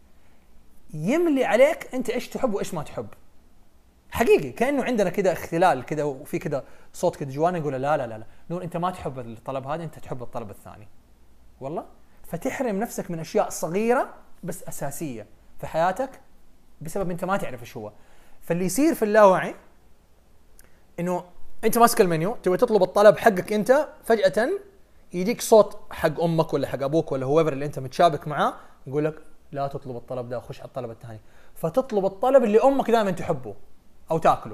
يملي عليك أنت إيش تحب وإيش ما تحب. حقيقي كأنه عندنا كده اختلال كده، وفي كده صوت كده جوانا يقول لا لا لا لا نور أنت ما تحب الطلب هذا، أنت تحب الطلب الثاني. والله فتحرم نفسك من أشياء صغيرة بس أساسية في حياتك بسبب أنت ما تعرف إيش هو. فاللي يصير في اللاوعي إنه أنت ماسك المنيو تبغى تطلب الطلب حقك أنت، فجأة يجيك صوت حق أمك ولا حق أبوك ولا هو اللي أنت متشابك معاه يقول لك لا تطلب الطلب ده، خش على الطلب الثاني. فتطلب الطلب اللي أمك دائما تحبه أو تاكله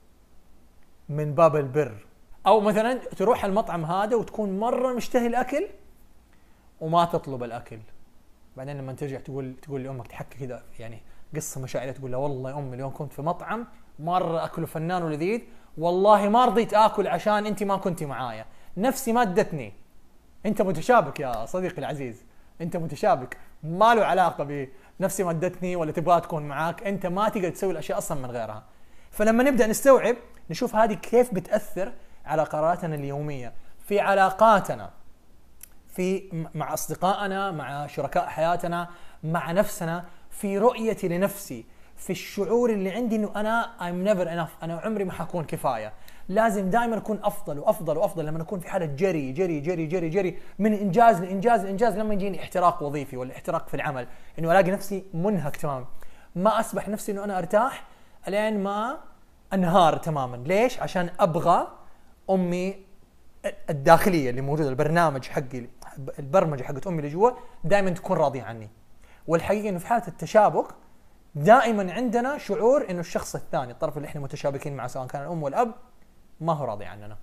من باب البر. أو مثلا تروح المطعم هذا وتكون مرة مشتهي الأكل وما تطلب الأكل، بعدين لما ترجع تقول تقول لأمك تحكي كده يعني قصة مشاعرية، تقول له والله يا أمي اليوم كنت في مطعم مرة أكله فنان ولذيذ، والله ما رضيت آكل عشان أنت ما كنتي معايا، نفسي ما ادتني. أنت متشابك يا صديقي العزيز، أنت متشابك، ما له علاقة بنفسي ما ادتني ولا تبغى تكون معاك، أنت ما تقدر تسوي الأشياء أصلا من غيرها. فلما نبدأ نستوعب نشوف هذه كيف بتأثر على قراراتنا اليومية، في علاقاتنا، في مع أصدقائنا، مع شركاء حياتنا، مع نفسنا، في رؤيتي لنفسي، في الشعور اللي عندي إنه أنا I'm never enough، أنا عمري ما حكون كفاية، لازم دائما أكون أفضل وأفضل وأفضل. لما أكون في حالة جري جري جري جري جري من إنجاز لإنجاز لإنجاز، لما يجيني احتراق وظيفي ولا احتراق في العمل، إنه ألاقي نفسي منهك تمام، ما أسبح نفسي إنه أنا أرتاح، الين ما انهار تماما. ليش؟ عشان ابغى امي الداخليه اللي موجوده، البرنامج حقي، البرمجه حقت امي اللي جوا دائما تكون راضيه عني. والحقيقه انه في حاله التشابك دائما عندنا شعور انه الشخص الثاني، الطرف اللي احنا متشابكين معه سواء كان الام والاب، ما هو راضي عننا.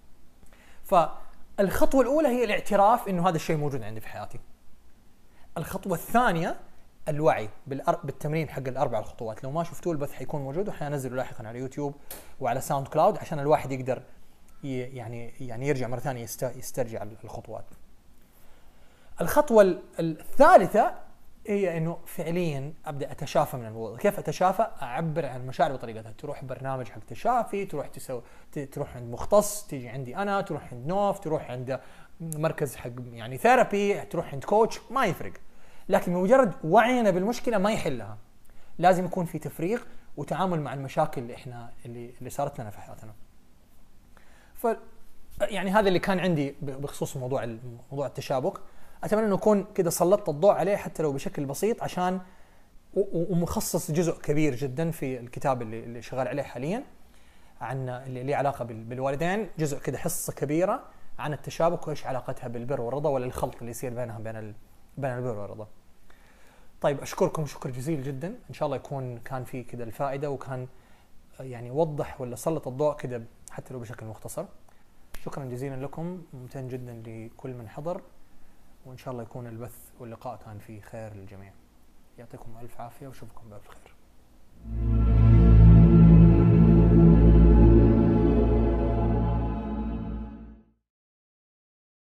فالخطوه الاولى هي الاعتراف انه هذا الشيء موجود عندي في حياتي. الخطوه الثانيه الوعي بالتمرين حق الاربع الخطوات. لو ما شفتوه البث حيكون موجود وحينزله لاحقا على يوتيوب وعلى ساوند كلاود عشان الواحد يقدر يعني يعني يرجع مره ثانيه يسترجع الخطوات. الخطوه الثالثه هي انه فعليا ابدا اتشافى من الموضوع. كيف اتشافى؟ اعبر عن مشاعري بطريقتها. تروح برنامج حق تشافي، تروح تسوي تروح عند مختص، تيجي عندي انا، تروح عند نوف، تروح عند مركز حق يعني ثيرابي، تروح عند كوتش، ما يفرق. لكن بمجرد وعينا بالمشكله ما يحلها. لازم يكون في تفريغ وتعامل مع المشاكل اللي احنا اللي اللي صارت لنا في حياتنا. ف يعني هذا اللي كان عندي بخصوص موضوع موضوع التشابك. اتمنى انه يكون كده سلطت الضوء عليه حتى لو بشكل بسيط، عشان ومخصص جزء كبير جدا في الكتاب اللي اللي شغال عليه حاليا عن اللي له علاقه بالوالدين. جزء كده حصه كبيره عن التشابك وايش علاقتها بالبر والرضا، ولا الخلط اللي يصير بينها بين بين البر والرضا. طيب اشكركم شكر جزيل جدا. ان شاء الله يكون كان في كده الفائده، وكان يعني وضح ولا سلط الضوء كده حتى لو بشكل مختصر. شكرا جزيلا لكم، ممتن جدا لكل من حضر، وإن شاء الله يكون البث واللقاء كان فيه خير للجميع. يعطيكم ألف عافية وأشوفكم بألف خير.